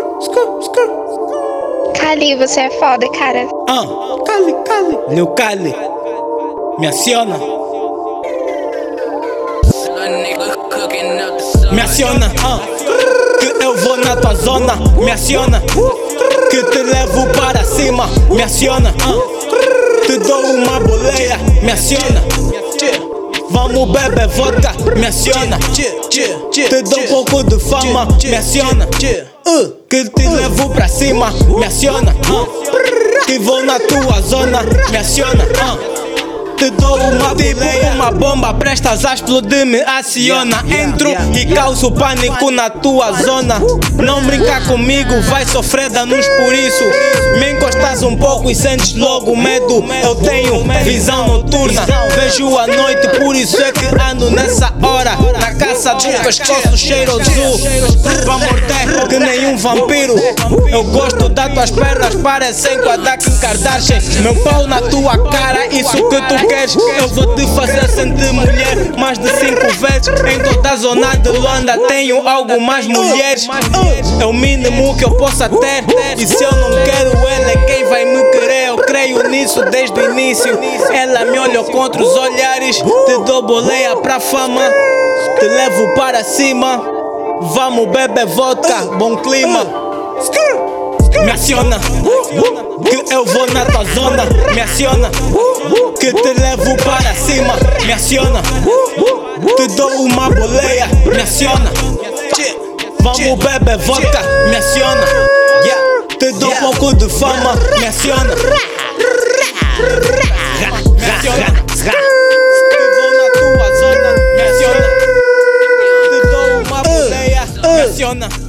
Cali, você é foda, cara. Cali, Lil Cali, me aciona. Me aciona, que eu vou na tua zona. Me aciona, que te levo para cima. Me aciona, te dou uma boleia. Me aciona, vamos beber vodka. Me aciona, te dou um pouco de fama. Me aciona, que te levo pra cima. Me aciona, que vou na tua zona. Me aciona, te dou uma boleia. Uma bomba prestas a explodir, me aciona. Entro e causo pânico na tua zona. Não brincar comigo, vai sofrer danos por isso. Me encostas um pouco e sentes logo medo. Eu tenho visão noturna, vejo a noite, por isso é que ando nessa hora. Na caça do pescoço cheiroso, pra morder que nenhum vampiro. Eu gosto das tuas pernas, parecem com a da Kim Kardashian. Meu pau na tua cara, isso que tu queres. Eu vou te fazer sentir mulher mais de 5 vezes. Em toda a zona de Luanda tenho algo mais mulheres. É o mínimo que eu possa ter. E se eu não quero ela, é quem vai me querer. Eu creio nisso desde o início. Ela me olhou contra os olhares. Te dou boleia pra fama, te levo para cima. Vamos beber vodka, bom clima. Me aciona, que eu vou na tua zona. Me aciona, que te levo para cima. Me aciona, te dou uma boleia. Me aciona, vamos beber vodka. Me aciona, te dou um pouco de fama. Me aciona, me aciona, que vou na tua zona. Me aciona, te dou uma boleia. Me aciona.